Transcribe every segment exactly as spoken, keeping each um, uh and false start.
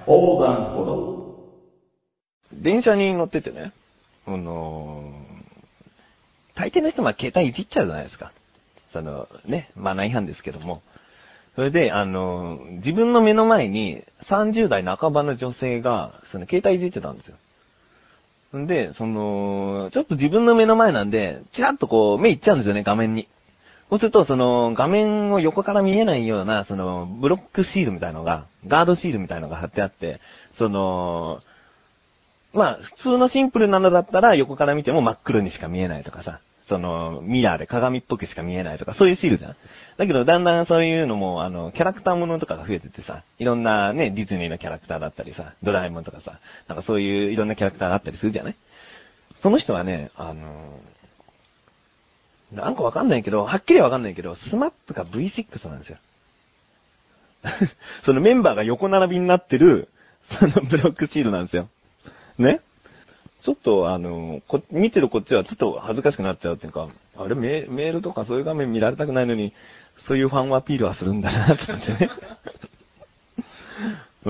横断歩道。 電車に乗っててね、あのー、大抵の人は携帯いじっちゃうじゃないですか。その、ね、マナー違反ですけども。それで、あのー、自分の目の前にさんじゅう代半ばの女性が、その携帯いじってたんですよ。んで、その、ちょっと自分の目の前なんで、チラッとこう、目いっちゃうんですよね、画面に。そうすると、その、画面を横から見えないような、その、ブロックシールみたいのが、ガードシールみたいのが貼ってあって、その、まあ、普通のシンプルなのだったら、横から見ても真っ黒にしか見えないとかさ、その、ミラーで鏡っぽくしか見えないとか、そういうシールじゃん。だけど、だんだんそういうのも、あの、キャラクターものとかが増えててさ、いろんなね、ディズニーのキャラクターだったりさ、ドラえもんとかさ、なんかそういういろんなキャラクターがあったりするじゃない。その人はね、あの、なんかわかんないけど、はっきりわかんないけど、スマップが ブイシックス なんですよ。そのメンバーが横並びになってる、そのブロックシールなんですよ。ね？ちょっとあの、こ、見てるこっちはちょっと恥ずかしくなっちゃうっていうか、あれメ、メールとかそういう画面見られたくないのに、そういうファンアピールはするんだなってね。うん、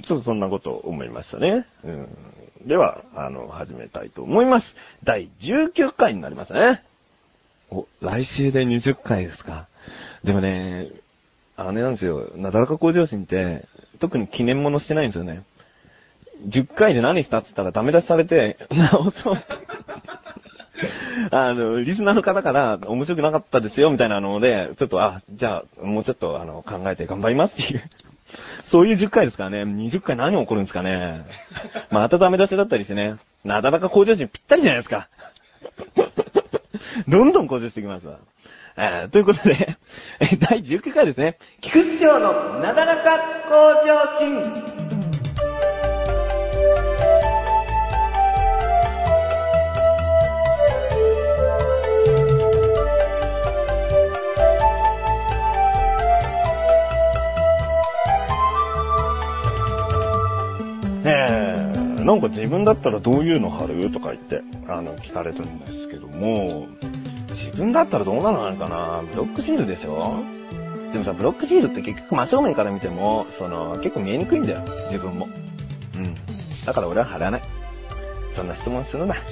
ちょっとそんなこと思いましたね。うん、では、あの、始めたいと思います。だいじゅうきゅうかいになりますね。お、来週でにじゅっかいですか。でもね、あれなんですよ、なだらか向上心って、特に記念物してないんですよね。じゅっかいで何したって言ったらダメ出しされて、直そう。あの、リスナーの方から面白くなかったですよ、みたいなので、ちょっと、あ、じゃあ、もうちょっと、あの、考えて頑張りますっていう。そういうじゅっかいですからね。にじゅっかい何起こるんですかね。またダメ出しだったりしてね。なだらか向上心ぴったりじゃないですか。どんどん向上していきますわ。えー、ということで、だいじゅうきゅうかいですね。菊池翔のなだらか向上心。えー、なんか自分だったらどういうの貼るとか言って、あの、聞かれてるんですけども、自分だったらどうなのかな。ブロックシールでしょ。でもさ、ブロックシールって結局真正面から見ても、その、結構見えにくいんだよ、自分も。うん。だから俺は貼らない。そんな質問するな。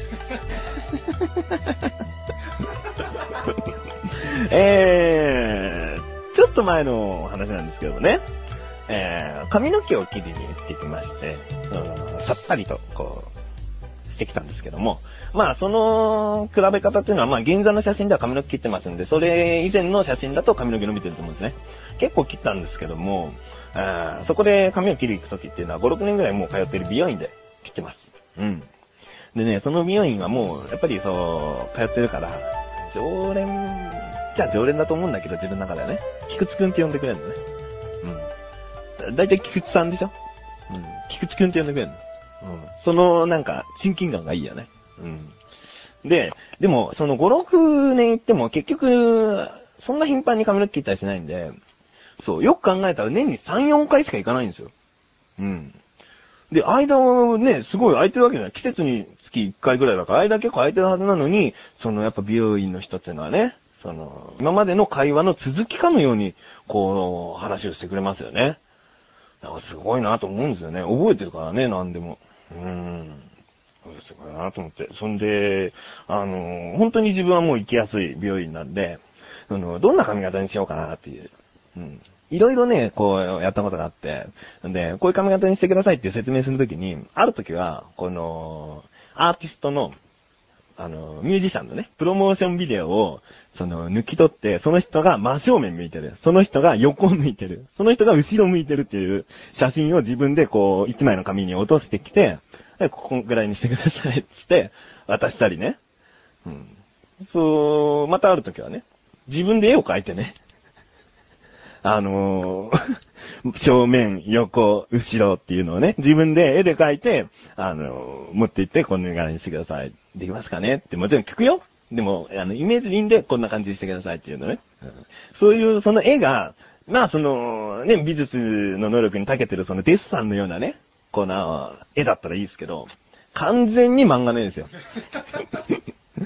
えー、ちょっと前の話なんですけどね。えー、髪の毛を切りに行ってきまして、うん、さっぱりと、こう、してきたんですけども、まあ、その、比べ方っていうのは、まあ、現在の写真では髪の毛切ってますんで、それ以前の写真だと髪の毛伸びてると思うんですね。結構切ったんですけども、あそこで髪を切りに行くときっていうのは、ご、ろくねんぐらいもう通ってる美容院で切ってます。うん。でね、その美容院はもう、やっぱりそう、通ってるから、常連、じゃあ常連だと思うんだけど、自分の中ではね、菊池くんって呼んでくれるのね。うん。だいたい菊池さんでしょ。うん。菊池くんって呼んでくれるの。うん。その、なんか、親近感がいいよね。うん。で、でも、そのご、ろくねん行っても結局、そんな頻繁に髪の毛切ったりしないんで、そう、よく考えたら年にさん、よんかいしか行かないんですよ。うん。で、間をね、すごい空いてるわけじゃない。季節につきいっかいぐらいだから、間結構空いてるはずなのに、そのやっぱ美容院の人っていうのはね、その、今までの会話の続きかのように、こう、話をしてくれますよね。だからすごいなと思うんですよね。覚えてるからね、なんでも。うーん。すごいなと思って。そんで、あの、本当に自分はもう行きやすい美容院なんで、あの、どんな髪型にしようかなっていう。うん。いろいろね、こう、やったことがあって、で、こういう髪型にしてくださいっていう説明するときに、あるときは、この、アーティストの、あの、ミュージシャンのね、プロモーションビデオを、その、抜き取って、その人が真正面向いてる。その人が横向いてる。その人が後ろ向いてるっていう写真を自分でこう、一枚の紙に落としてきて、ここぐらいにしてくださいって言って、渡したりね。うん。そう、またあるときはね、自分で絵を描いてね、あのー、正面、横、後ろっていうのをね、自分で絵で描いて、あのー、持って行ってこんな感じにしてください。できますかねってもちろん聞くよ。でも、あの、イメージでいいんで、こんな感じにしてくださいっていうのね。うん、そういう、その絵が、まあその、ね、美術の能力に長けてるそのデッサンのようなね、この、絵だったらいいですけど、完全に漫画の絵ですよ。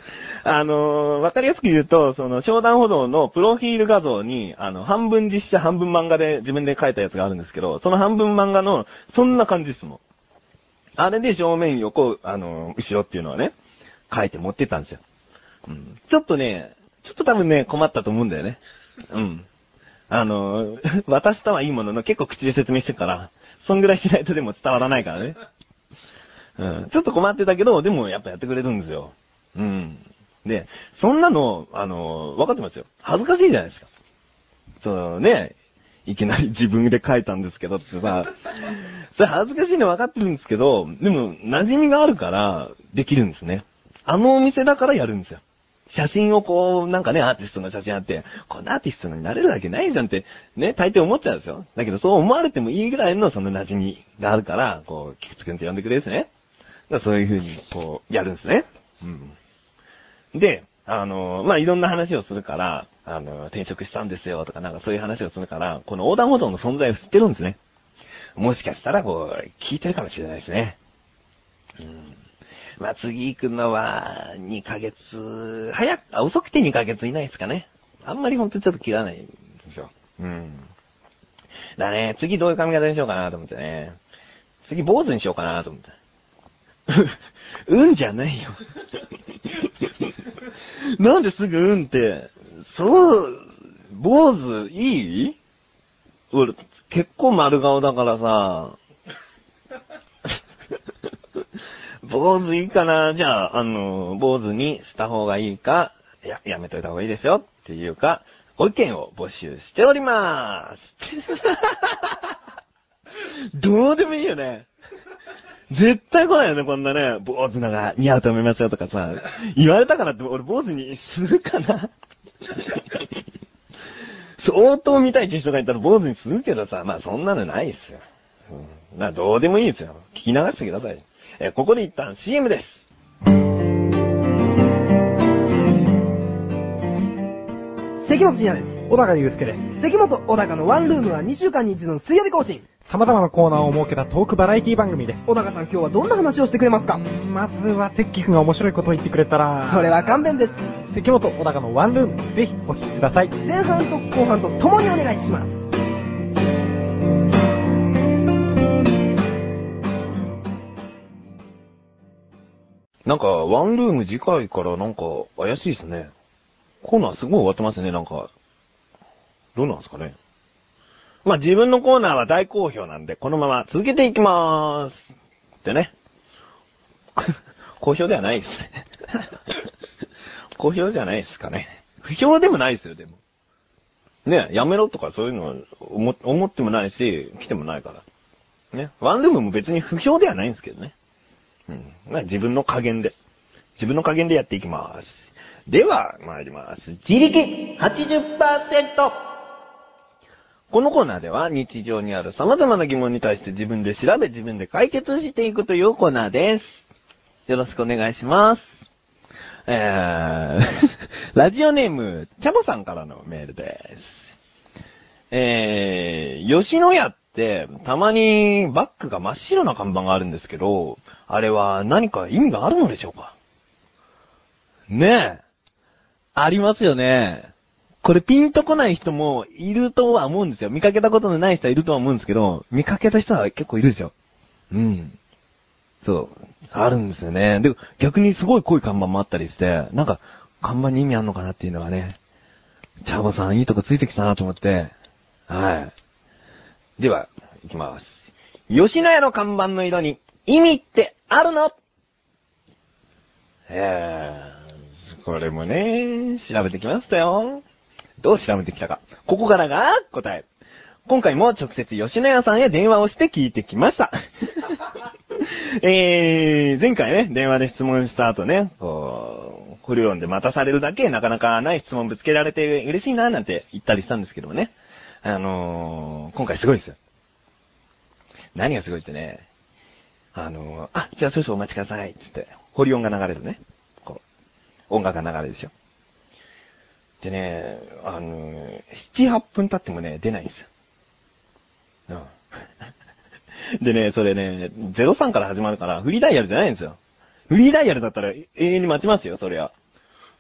あのー、わかりやすく言うと、その、商談歩道のプロフィール画像に、あの、半分実写、半分漫画で自分で描いたやつがあるんですけど、その半分漫画の、そんな感じですもん。あれで正面横、あのー、後ろっていうのはね、描いて持ってったんですよ。うん。ちょっとね、ちょっと多分ね、困ったと思うんだよね。うん。あのー、渡したはいいものの結構口で説明してるから、そんぐらいしないとでも伝わらないからね。うん。ちょっと困ってたけど、でもやっぱやってくれるんですよ。うん。で、そんなの、あの、分かってますよ。恥ずかしいじゃないですか。そのね、いきなり自分で書いたんですけどってさ、それ恥ずかしいの分かってるんですけど、でも馴染みがあるからできるんですね。あのお店だからやるんですよ。写真をこう、なんかね、アーティストの写真あって、こんなアーティストになれるわけないじゃんって、ね、大抵思っちゃうんですよ。だけどそう思われてもいいぐらいのその馴染みがあるから、こう、菊池くんって呼んでくれですね。だからそういう風に、こう、やるんですね。うん。で、あの、まあ、いろんな話をするから、あの、転職したんですよとかなんかそういう話をするから、この横断歩道の存在を知ってるんですね。もしかしたらこう、聞いてるかもしれないですね。うん。まあ、次行くのは、にかげつ、早く、あ、遅くてにかげつ以内ですかね。あんまりほんとちょっと切らないんですよ。うん。だね、次どういう髪型にしようかなと思ってね。次坊主にしようかなと思って。うんじゃないよ。なんですぐうんって、そう、坊主いい？俺、結構丸顔だからさ、坊主いいかな？じゃあ、あの、坊主にした方がいいか、いや、やめといた方がいいですよっていうか、ご意見を募集しておりまーす。どうでもいいよね。絶対来ないよね、こんなね、坊主のが似合うと思いますよとかさ、言われたからって俺坊主にするかな。相当見たいって人がいたら坊主にするけどさ、まあそんなのないですよ。うん、まあどうでもいいですよ。聞き流してください。えー、ここで一旦 シーエム です。 関本信也です。 小高祐介です。 関本小高のワンルームはにしゅうかんに一度の水曜日更新。 様々なコーナーを設けたトークバラエティ番組です。 小高さん今日はどんな話をしてくれますか？ まずは関君が面白いことを言ってくれたら、 それは勘弁です。 関本小高のワンルーム、ぜひお聞きください。 前半と後半と共にお願いします。 なんか、ワンルーム次回からなんか怪しいですね。コーナーすごい終わってますね、なんか。どうなんですかね。まあ、自分のコーナーは大好評なんで、このまま続けていきまーす。ってね。好評ではないですね。好評じゃないですかね。不評でもないですよ、でも。ね、やめろとかそういうの思、思ってもないし、来てもないから。ね。ワンルームも別に不評ではないんですけどね。うん。まあ、自分の加減で。自分の加減でやっていきます。では、参ります。自力 はちじゅっパーセント。このコーナーでは日常にある様々な疑問に対して自分で調べ自分で解決していくというコーナーです。よろしくお願いします。えー、ラジオネーム、チャボさんからのメールです。えー、吉野家ってたまにバックが真っ白な看板があるんですけど、あれは何か意味があるのでしょうか？ねえ。ありますよね。これピンとこない人もいるとは思うんですよ。見かけたことのない人はいるとは思うんですけど、見かけた人は結構いるでしょ。うん。そう。あるんですよね。で、逆にすごい濃い看板もあったりして、なんか、看板に意味あんのかなっていうのがね、チャボさんいいとこついてきたなと思って、はい。では、いきます。吉野家の看板の色に意味ってあるの？えー、これもね、調べてきましたよ。どう調べてきたか。ここからが答え。今回も直接吉野家さんへ電話をして聞いてきました。えー、前回ね、電話で質問した後ね、こう、フル音で待たされるだけなかなかない質問ぶつけられて嬉しいななんて言ったりしたんですけどもね。あのー、今回すごいですよ。何がすごいってね、あのー、あ、じゃあ少々お待ちください、つって、ホリ音が流れるね。こう、音楽が流れるでしょ。でね、あのー、七、八分経ってもね、出ないんですよ。うん。でね、それね、ゼロさんから始まるから、フリーダイヤルじゃないんですよ。フリーダイヤルだったら永遠に待ちますよ、そりゃ。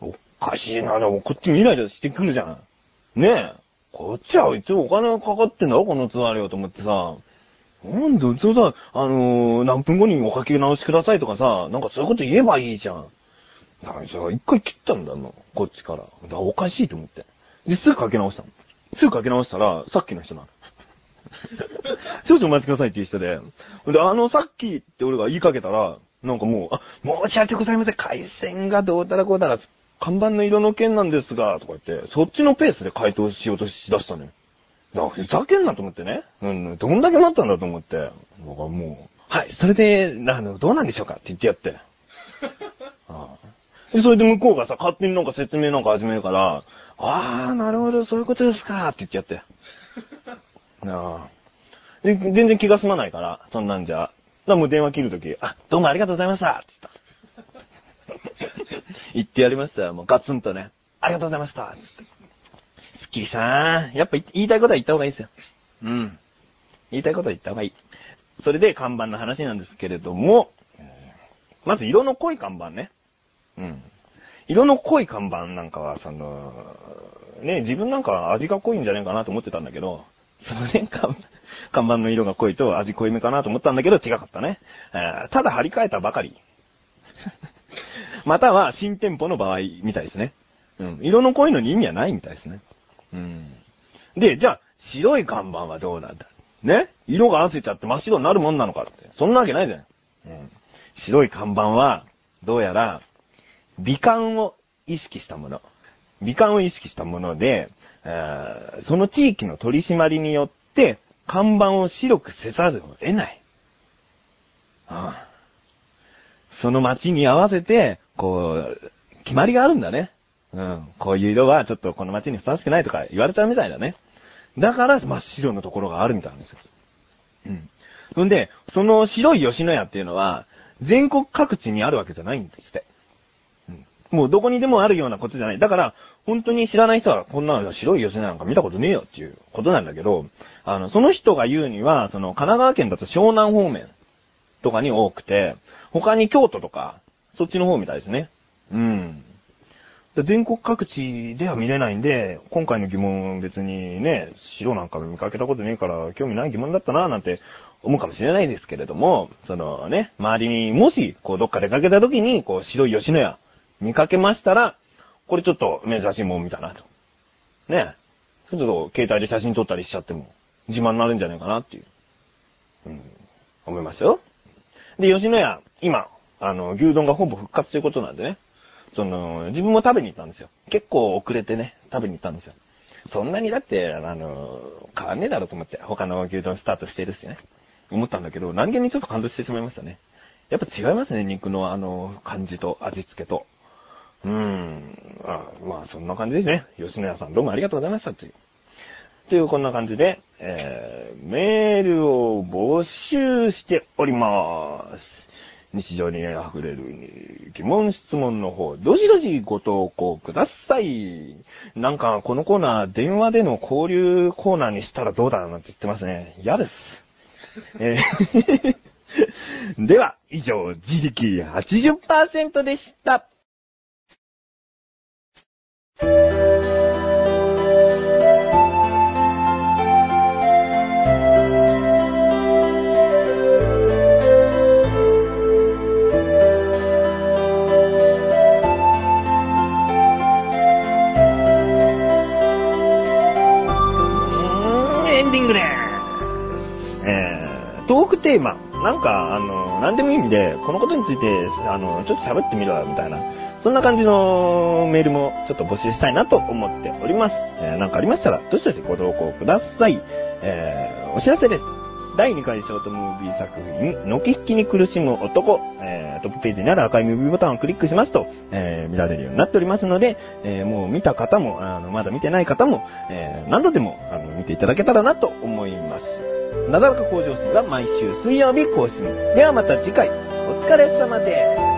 かしいな、でもこっち未来でしてくるじゃん。ねえ。こっちは一応お金かかってんだろ、このツアー料と思ってさ。なんで、そうさ、あのー、何分後におかけ直しくださいとかさ、なんかそういうこと言えばいいじゃん。だからさ、一回切ったんだもん、こっちから。だからおかしいと思って。で、すぐかけ直したの。すぐかけ直したら、さっきの人なの。少々お待ちくださいっていう人で。で、あの、さっきって俺が言いかけたら、なんかもう、あ、申し訳ございません、回線がどうたらこうたら、看板の色の件なんですが、とか言って、そっちのペースで回答しようとしだしたのよ。だからふざけんなと思ってね。うん、どんだけ待ったんだと思って。僕はもう、はい、それで、あの、どうなんでしょうかって言ってやって。ああでそれで向こうがさ、勝手になんか説明なんか始めるから、あー、なるほど、そういうことですかって言ってやって。ああで全然気が済まないから、そんなんじゃ。だからもう電話切るとき、あ、どうもありがとうございましたって言った。言ってやりましたよ、もうガツンとね。ありがとうございましたって言って。すっきりさー。やっぱ言いたいことは言った方がいいですよ。うん。言いたいことは言った方がいい。それで看板の話なんですけれども、まず色の濃い看板ね。うん。色の濃い看板なんかは、その、ね、自分なんか味が濃いんじゃないかなと思ってたんだけど、そのね、看板の色が濃いと味濃いめかなと思ったんだけど違かったね。えー、ただ張り替えたばかり。または新店舗の場合みたいですね。うん。色の濃いのに意味はないみたいですね。うん。で、じゃあ、白い看板はどうなんだね色が合わせちゃって真っ白になるもんなのかって。そんなわけないじゃん。うん。白い看板は、どうやら、美観を意識したもの。美観を意識したもので、えー、その地域の取り締まりによって、看板を白くせざるを得ない。ああその街に合わせて、こう、決まりがあるんだね。うん。こういう色はちょっとこの街にふさわしくないとか言われちゃうみたいだね。だから真っ白のところがあるみたいなんですよ。うん。そんで、その白い吉野家っていうのは、全国各地にあるわけじゃないんですって。うん。もうどこにでもあるようなことじゃない。だから、本当に知らない人はこんな白い吉野家なんか見たことねえよっていうことなんだけど、あの、その人が言うには、その神奈川県だと湘南方面とかに多くて、他に京都とか、そっちの方みたいですね。うん。全国各地では見れないんで、今回の疑問別にね、白なんか見かけたことねえから興味ない疑問だったななんて思うかもしれないですけれども、そのね、周りにもし、こうどっか出かけた時に、こう白い吉野家見かけましたら、これちょっと珍しいもん見たなと。ね。ちょっと携帯で写真撮ったりしちゃっても自慢になるんじゃないかなっていう。うん。思いますよ。で、吉野家、今、あの、牛丼がほぼ復活ということなんでね。その、自分も食べに行ったんですよ。結構遅れてね、食べに行ったんですよ。そんなにだって、あの、変わんねえだろうと思って、他の牛丼スタートしてるしね。思ったんだけど、何気にちょっと感動してしまいましたね。やっぱ違いますね、肉のあの、感じと味付けと。うーん。あまあ、そんな感じですね。吉野家さんどうもありがとうございましたという。という、こんな感じで、えー、メールを募集しております。日常に溢れる疑問質問の方、どしどしご投稿ください。なんか、このコーナー、電話での交流コーナーにしたらどうだなんて言ってますね。嫌です。えー、では、以上、自力 はちじゅっパーセント でした。トークテーマ、なんか、あの、なんでもいいんで、このことについて、あの、ちょっと喋ってみろよ、みたいな。そんな感じのメールもちょっと募集したいなと思っております。えー、なんかありましたら、どしどしご投稿ください。えー、お知らせです。だいにかいショートムービー作品、のき引きに苦しむ男、えー、トップページにある赤いムービーボタンをクリックしますと、えー、見られるようになっておりますので、えー、もう見た方も、あの、まだ見てない方も、えー、何度でも、あの、見ていただけたらなと思います。なだらか向上心が毎週水曜日更新。ではまた次回、お疲れ様です。